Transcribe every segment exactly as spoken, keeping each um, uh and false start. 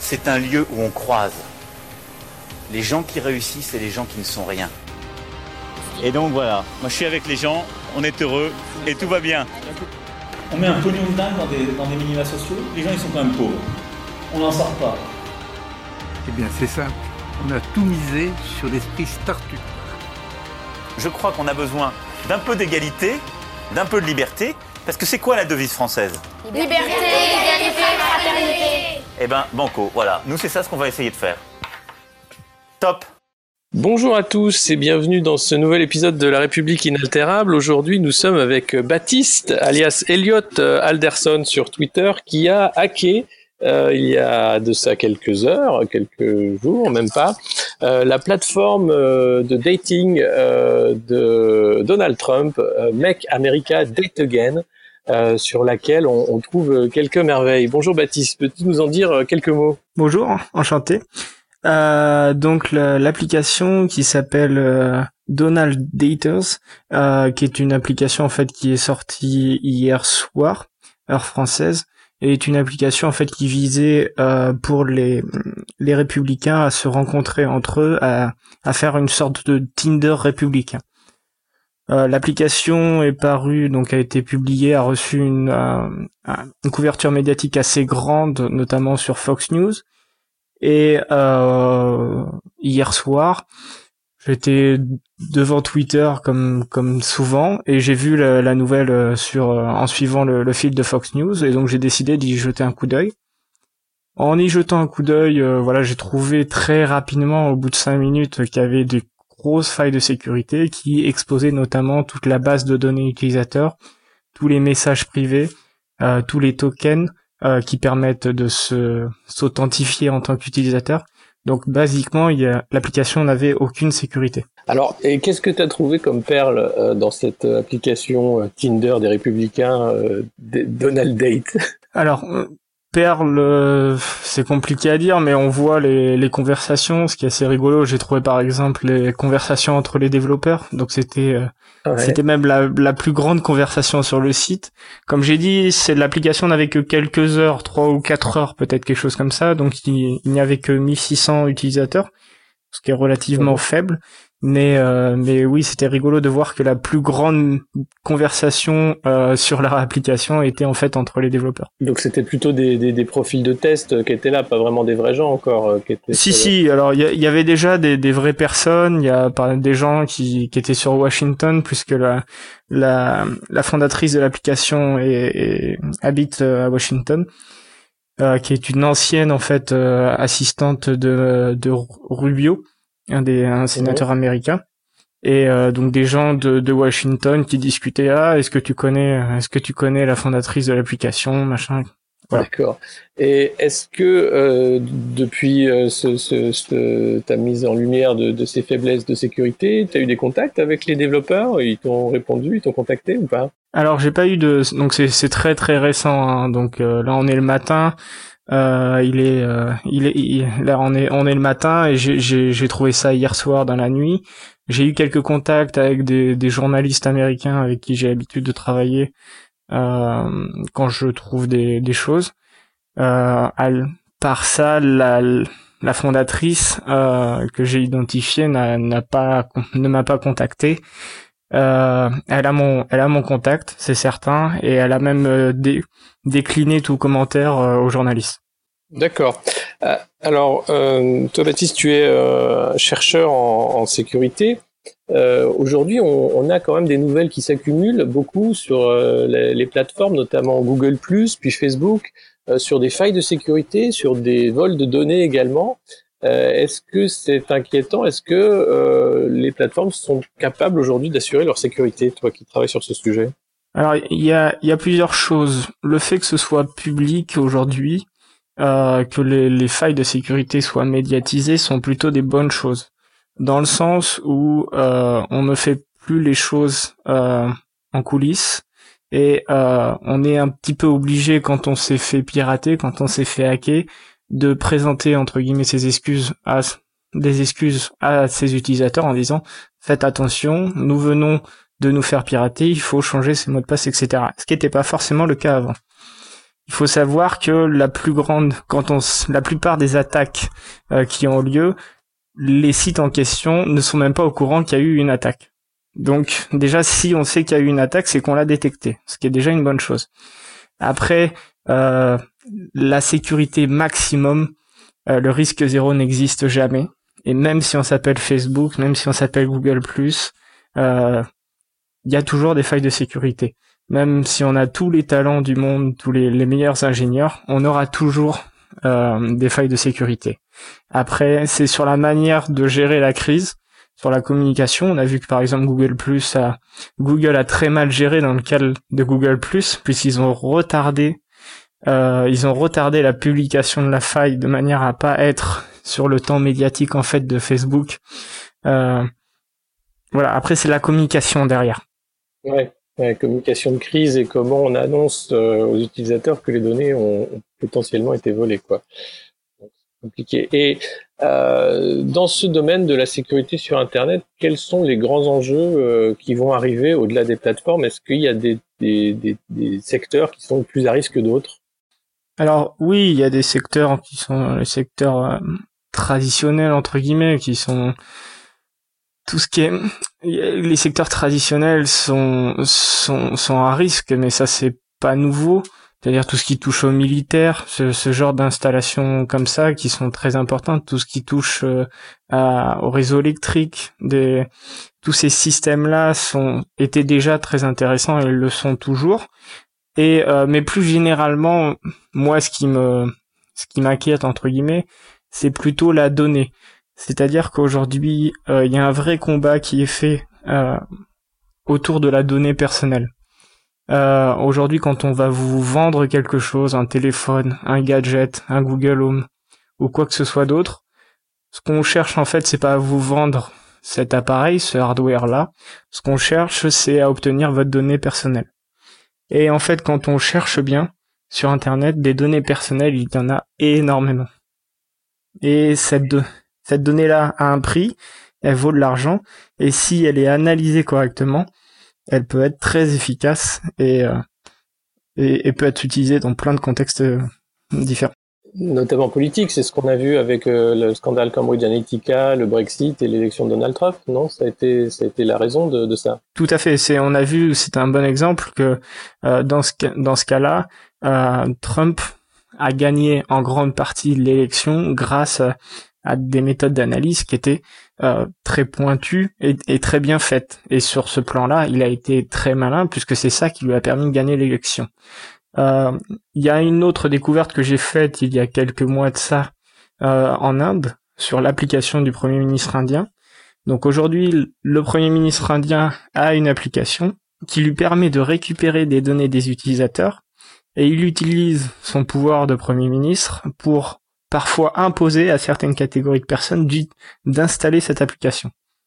c'est un lieu où on croise les gens qui réussissent et les gens qui ne sont rien. Et donc voilà, moi je suis avec les gens, on est heureux et tout va bien. On met un pognon de dingue dans des, dans des minima sociaux, les gens ils sont quand même pauvres. On n'en sort pas. Eh bien c'est simple, on a tout misé sur l'esprit start-up. Je crois qu'on a besoin d'un peu d'égalité, d'un peu de liberté, parce que c'est quoi la devise française ? Liberté, égalité, fraternité. Eh ben banco, voilà, nous c'est ça ce qu'on va essayer de faire. Top. Bonjour à tous et bienvenue dans ce nouvel épisode de La République inaltérable. Aujourd'hui, nous sommes avec Baptiste, alias Elliot Alderson sur Twitter, qui a hacké, euh, il y a de ça quelques heures, quelques jours, même pas, euh, la plateforme euh, de dating euh, de Donald Trump, euh, Make America Date Again, euh, sur laquelle on, on trouve quelques merveilles. Bonjour Baptiste, peux-tu nous en dire quelques mots ? Bonjour, enchanté. Euh, donc la, l'application qui s'appelle euh, Donald Daters, euh, qui est une application en fait qui est sortie hier soir, heure française, et est une application en fait qui visait euh, pour les les républicains à se rencontrer entre eux, à, à faire une sorte de Tinder républicain. Euh, l'application est parue, donc a été publiée, a reçu une, euh, une couverture médiatique assez grande, notamment sur Fox News. Et euh, hier soir, j'étais devant Twitter comme comme souvent et j'ai vu la, la nouvelle sur en suivant le, le fil de Fox News et donc j'ai décidé d'y jeter un coup d'œil. En y jetant un coup d'œil, euh, voilà, j'ai trouvé très rapidement au bout de cinq minutes qu'il y avait des grosses failles de sécurité qui exposaient notamment toute la base de données utilisateurs, tous les messages privés, euh, tous les tokens. Euh, qui permettent de se s'authentifier en tant qu'utilisateur. Donc basiquement, il y a, l'application n'avait aucune sécurité. Alors, et qu'est-ce que tu as trouvé comme perle euh, dans cette application euh, Tinder des Républicains euh, de Donald Date ? Alors, euh, perle, euh, c'est compliqué à dire, mais on voit les, les conversations, ce qui est assez rigolo. J'ai trouvé par exemple les conversations entre les développeurs, donc c'était euh, ouais. c'était même la, la plus grande conversation sur le site. Comme j'ai dit, c'est l'application n'avait que quelques heures, trois ou quatre heures peut-être, quelque chose comme ça, donc il, il n'y avait que mille six cents utilisateurs, ce qui est relativement ouais. faible. Mais euh, mais oui, c'était rigolo de voir que la plus grande conversation euh, sur leur application était en fait entre les développeurs. Donc c'était plutôt des des, des profils de test qui étaient là, pas vraiment des vrais gens encore. Euh, qui étaient si si, le... alors il y, y avait déjà des des vraies personnes, il y a par des gens qui qui étaient sur Washington puisque la la la fondatrice de l'application est, est, habite à Washington. Euh, qui est une ancienne en fait euh, assistante de de Rubio, un des un sénateur mmh. américain, et euh, donc des gens de, de Washington qui discutaient ah est-ce que tu connais est-ce que tu connais la fondatrice de l'application machin. Voilà. D'accord. Et est-ce que euh, depuis euh, ce, ce, ce, ta mise en lumière de, de ces faiblesses de sécurité, tu as eu des contacts avec les développeurs ? Ils t'ont répondu, ils t'ont contacté ou pas ? Alors j'ai pas eu de donc c'est c'est très très récent hein. Donc euh, là on est le matin. Euh, il est, euh, il est, il, là on est, on est le matin et j'ai, j'ai, j'ai trouvé ça hier soir dans la nuit. J'ai eu quelques contacts avec des, des journalistes américains avec qui j'ai l'habitude de travailler euh, quand je trouve des, des choses. Euh, à, par ça, la, la fondatrice euh, que j'ai identifiée n'a, n'a pas, ne m'a pas contacté. Euh, elle a mon, elle a mon contact, c'est certain, et elle a même euh, dé, décliné tout commentaire euh, aux journalistes. D'accord. Euh, alors, euh, toi, Baptiste, tu es euh, chercheur en, en sécurité. Euh, aujourd'hui, on, on a quand même des nouvelles qui s'accumulent beaucoup sur euh, les, les plateformes, notamment Google plus, puis Facebook, euh, sur des failles de sécurité, sur des vols de données également. Euh, est-ce que c'est inquiétant ? Est-ce que euh, les plateformes sont capables aujourd'hui d'assurer leur sécurité, toi qui travailles sur ce sujet ? Alors, il y a, il y a plusieurs choses. Le fait que ce soit public aujourd'hui, euh, que les, les failles de sécurité soient médiatisées, sont plutôt des bonnes choses. Dans le sens où euh, on ne fait plus les choses euh, en coulisses et euh, on est un petit peu obligé, quand on s'est fait pirater, quand on s'est fait hacker, de présenter entre guillemets ses excuses à des excuses à ses utilisateurs en disant faites attention, nous venons de nous faire pirater, il faut changer ses mots de passe, et cetera. Ce qui n'était pas forcément le cas avant. il faut savoir que la plus grande, quand on, la plupart des attaques euh, qui ont lieu, les sites en question ne sont même pas au courant qu'il y a eu une attaque. Donc déjà, si on sait qu'il y a eu une attaque, c'est qu'on l'a détecté, ce qui est déjà une bonne chose. Après, euh, la sécurité maximum, euh, le risque zéro n'existe jamais. Et même si on s'appelle Facebook, même si on s'appelle Google plus, euh, il y a toujours des failles de sécurité. Même si on a tous les talents du monde, tous les, les meilleurs ingénieurs, on aura toujours euh, des failles de sécurité. Après, c'est sur la manière de gérer la crise, sur la communication. On a vu que par exemple Google plus a, Google a très mal géré dans le cas de Google plus, puisqu'ils ont retardé, euh, ils ont retardé la publication de la faille de manière à pas être sur le temps médiatique en fait de Facebook. Euh, voilà. Après, c'est la communication derrière. Ouais. La communication de crise et comment on annonce euh, aux utilisateurs que les données ont, ont potentiellement été volées, quoi. Donc, c'est compliqué. Et euh, dans ce domaine de la sécurité sur Internet, quels sont les grands enjeux euh, qui vont arriver au-delà des plateformes? Est-ce qu'il y a des, des, des, des secteurs qui sont plus à risque que d'autres? Alors oui, il y a des secteurs qui sont les secteurs euh, traditionnels entre guillemets, qui sont tout ce qui est les secteurs traditionnels sont sont sont à risque, mais ça c'est pas nouveau. C'est-à-dire tout ce qui touche au militaire, ce, ce genre d'installations comme ça qui sont très importantes, tout ce qui touche euh, à, au réseau électrique, des tous ces systèmes-là sont étaient déjà très intéressants et le sont toujours. Et euh, mais plus généralement, moi ce qui me ce qui m'inquiète entre guillemets, c'est plutôt la donnée. C'est-à-dire qu'aujourd'hui, il euh, y a un vrai combat qui est fait euh, autour de la donnée personnelle. Euh, aujourd'hui, quand on va vous vendre quelque chose, un téléphone, un gadget, un Google Home ou quoi que ce soit d'autre, ce qu'on cherche en fait, c'est pas à vous vendre cet appareil, ce hardware-là. Ce qu'on cherche, c'est à obtenir votre donnée personnelle. Et en fait, quand on cherche bien sur Internet, des données personnelles, il y en a énormément. Et cette de Cette donnée-là a un prix, elle vaut de l'argent, et si elle est analysée correctement, elle peut être très efficace et, euh, et, et peut être utilisée dans plein de contextes euh, différents. Notamment politique, c'est ce qu'on a vu avec euh, le scandale Cambridge Analytica, le Brexit et l'élection de Donald Trump, non? Ça a été, ça a été la raison de, de ça. Tout à fait. C'est, on a vu, c'est un bon exemple que euh, dans ce dans ce cas-là, euh, Trump a gagné en grande partie l'élection grâce à à des méthodes d'analyse qui étaient euh, très pointues et, et très bien faites. Et sur ce plan-là, il a été très malin puisque c'est ça qui lui a permis de gagner l'élection. Euh, il y a une autre découverte que j'ai faite il y a quelques mois de ça euh, en Inde sur l'application du Premier ministre indien. Donc aujourd'hui, le Premier ministre indien a une application qui lui permet de récupérer des données des utilisateurs et il utilise son pouvoir de Premier ministre pour parfois imposer à certaines catégories de personnes d'installer cette application.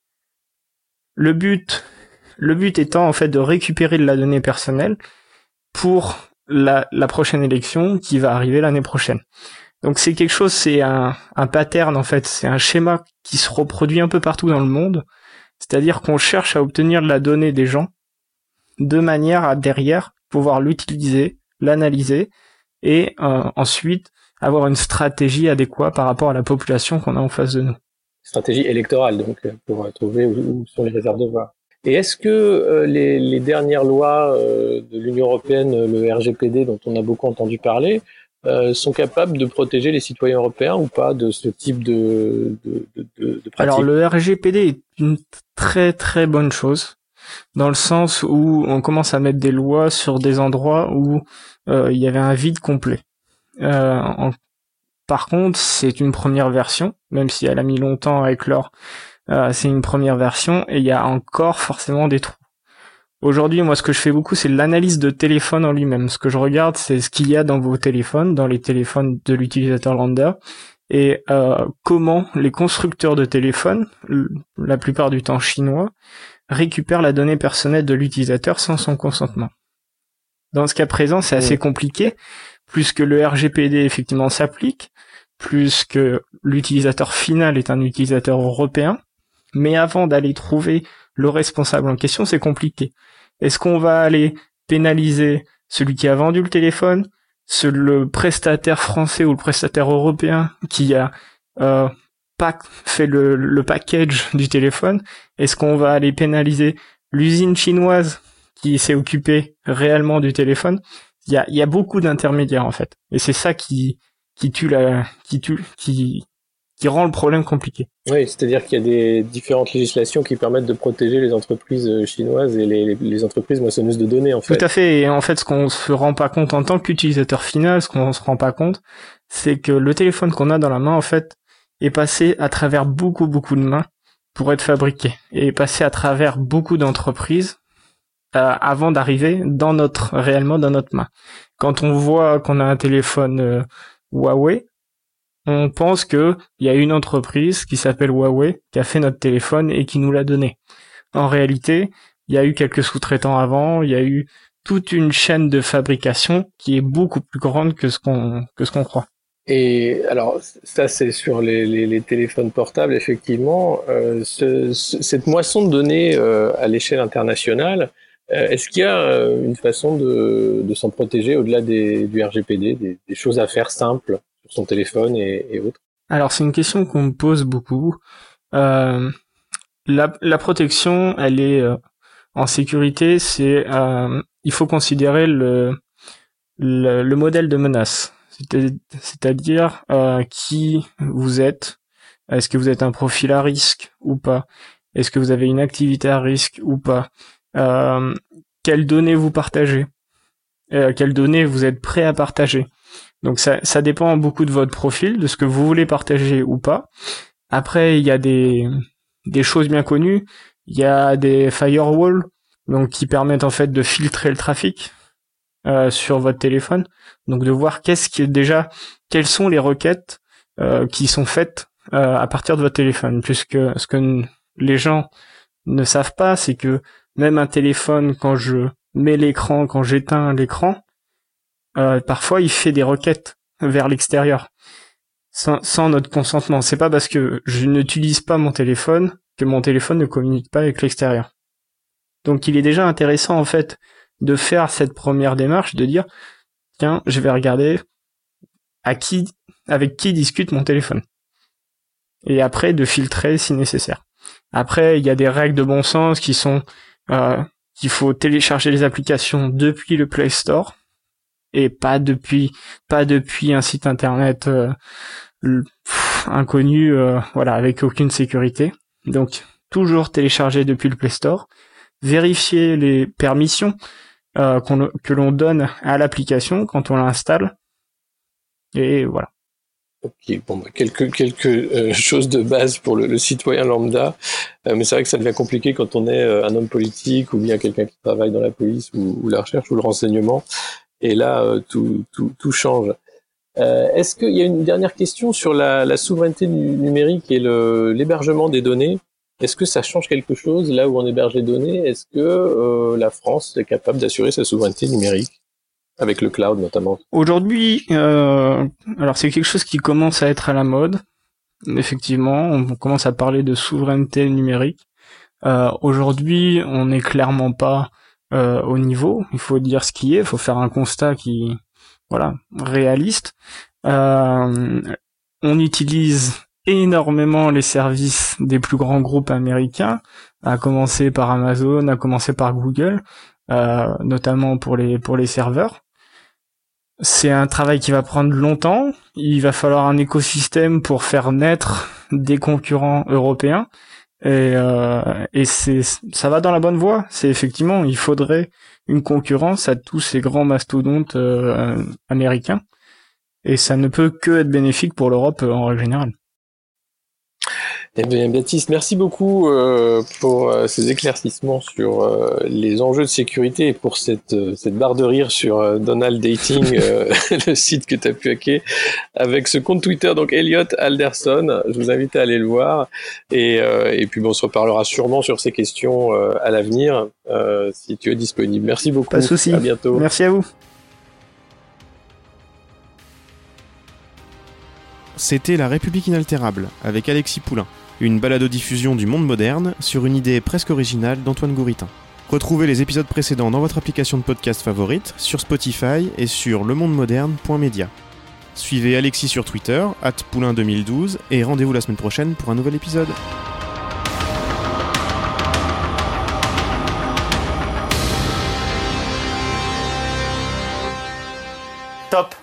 Le but, le but étant en fait de récupérer de la donnée personnelle pour la, la prochaine élection qui va arriver l'année prochaine. Donc c'est quelque chose, c'est un, un pattern en fait, c'est un schéma qui se reproduit un peu partout dans le monde. C'est-à-dire qu'on cherche à obtenir de la donnée des gens de manière à derrière pouvoir l'utiliser, l'analyser et euh, ensuite avoir une stratégie adéquate par rapport à la population qu'on a en face de nous. Stratégie électorale, donc, pour trouver où, où sont les réserves de voix. Et est-ce que euh, les, les dernières lois euh, de l'Union européenne, le R G P D, dont on a beaucoup entendu parler, euh, sont capables de protéger les citoyens européens ou pas de ce type de, de, de, de, de pratique? Alors, le R G P D est une très très bonne chose, dans le sens où on commence à mettre des lois sur des endroits où euh, il y avait un vide complet. Euh, en... Par contre, c'est une première version, même si elle a mis longtemps à éclore, euh, c'est une première version et il y a encore forcément des trous. Aujourd'hui, moi, ce que je fais beaucoup, c'est l'analyse de téléphone en lui-même. Ce que je regarde, c'est ce qu'il y a dans vos téléphones, dans les téléphones de l'utilisateur lambda, et euh, comment les constructeurs de téléphones, la plupart du temps chinois, récupèrent la donnée personnelle de l'utilisateur sans son consentement. Dans ce cas présent, c'est assez compliqué, plus que le R G P D effectivement s'applique, plus que l'utilisateur final est un utilisateur européen, mais avant d'aller trouver le responsable en question, c'est compliqué. Est-ce qu'on va aller pénaliser celui qui a vendu le téléphone, ce, le prestataire français ou le prestataire européen qui a euh, pas fait le, le package du téléphone? Est-ce qu'on va aller pénaliser l'usine chinoise qui s'est occupée réellement du téléphone? Il y a, il y a beaucoup d'intermédiaires en fait, et c'est ça qui qui tue la, qui tue, qui qui rend le problème compliqué. Oui, c'est-à-dire qu'il y a des différentes législations qui permettent de protéger les entreprises chinoises et les, les entreprises moissonneuses de données, en fait. Tout à fait. Et en fait, ce qu'on se rend pas compte en tant qu'utilisateur final, ce qu'on se rend pas compte, c'est que le téléphone qu'on a dans la main, en fait, est passé à travers beaucoup, beaucoup de mains pour être fabriqué. Et est passé à travers beaucoup d'entreprises euh, avant d'arriver dans notre, réellement dans notre main. Quand on voit qu'on a un téléphone euh, Huawei, on pense que il y a une entreprise qui s'appelle Huawei qui a fait notre téléphone et qui nous l'a donné. En réalité, il y a eu quelques sous-traitants avant, il y a eu toute une chaîne de fabrication qui est beaucoup plus grande que ce qu'on que ce qu'on croit. Et alors, ça c'est sur les, les, les téléphones portables, effectivement. Euh, ce, ce, cette moisson de données euh, à l'échelle internationale, euh, est-ce qu'il y a euh, une façon de, de s'en protéger au-delà des, du R G P D, des, des choses à faire simples sur son téléphone et, et autres? Alors, c'est une question qu'on me pose beaucoup. Euh, la, la protection, elle est euh, en sécurité, c'est euh, il faut considérer le, le, le modèle de menace. C'est-à-dire euh, qui vous êtes, est-ce que vous êtes un profil à risque ou pas, est-ce que vous avez une activité à risque ou pas, euh, quelles données vous partagez, euh, quelles données vous êtes prêt à partager. Donc ça, ça dépend beaucoup de votre profil, de ce que vous voulez partager ou pas. Après, il y a des, des choses bien connues, il y a des firewalls, donc qui permettent en fait de filtrer le trafic Euh, sur votre téléphone, donc de voir qu'est-ce qui est déjà, quelles sont les requêtes euh, qui sont faites euh, à partir de votre téléphone, puisque ce que n- les gens ne savent pas, c'est que même un téléphone, quand je mets l'écran, quand j'éteins l'écran, euh, parfois il fait des requêtes vers l'extérieur sans, sans notre consentement. C'est pas parce que je n'utilise pas mon téléphone que mon téléphone ne communique pas avec l'extérieur. Donc il est déjà intéressant en fait de faire cette première démarche, de dire tiens, je vais regarder à qui, avec qui discute mon téléphone. Et après, de filtrer si nécessaire. Après, il y a des règles de bon sens qui sont euh, qu'il faut télécharger les applications depuis le Play Store et pas depuis pas depuis un site internet euh, pff, inconnu, euh, voilà, avec aucune sécurité. Donc toujours télécharger depuis le Play Store, vérifier les permissions Euh, qu'on, que l'on donne à l'application quand on l'installe, et voilà. Ok, bon, bah, quelques quelques euh, choses de base pour le, le citoyen lambda, euh, mais c'est vrai que ça devient compliqué quand on est euh, un homme politique ou bien quelqu'un qui travaille dans la police ou, ou la recherche ou le renseignement, et là euh, tout tout tout change. Euh, est-ce qu'il y a une dernière question sur la, la souveraineté nu- numérique et le, l'hébergement des données? Est-ce que ça change quelque chose là où on héberge les données? Est-ce que euh, la France est capable d'assurer sa souveraineté numérique avec le cloud notamment? Aujourd'hui, euh, alors c'est quelque chose qui commence à être à la mode. Effectivement, on commence à parler de souveraineté numérique. Euh, aujourd'hui, on n'est clairement pas euh, au niveau. Il faut dire ce qui est. Il faut faire un constat qui, voilà, réaliste. Euh, on utilise énormément les services des plus grands groupes américains, à commencer par Amazon, à commencer par Google, euh, notamment pour les pour les serveurs. C'est un travail qui va prendre longtemps. Il va falloir un écosystème pour faire naître des concurrents européens, et euh, et c'est ça va dans la bonne voie. C'est effectivement, il faudrait une concurrence à tous ces grands mastodontes euh, américains, et ça ne peut que être bénéfique pour l'Europe en règle générale. Eh bien, Baptiste, merci beaucoup euh, pour euh, ces éclaircissements sur euh, les enjeux de sécurité et pour cette, euh, cette barre de rire sur euh, Donald Dating, euh, le site que tu as pu hacker, avec ce compte Twitter, donc Elliot Alderson. Je vous invite à aller le voir. Et, euh, et puis, bon, on se reparlera sûrement sur ces questions euh, à l'avenir, euh, si tu es disponible. Merci beaucoup. Pas de souci. À bientôt. Merci à vous. C'était La République inaltérable, avec Alexis Poulain, une balado-diffusion du monde moderne sur une idée presque originale d'Antoine Gouritin. Retrouvez les épisodes précédents dans votre application de podcast favorite, sur Spotify et sur lemondemoderne point media. Suivez Alexis sur Twitter, arobase poulain deux mille douze, et rendez-vous la semaine prochaine pour un nouvel épisode. Top.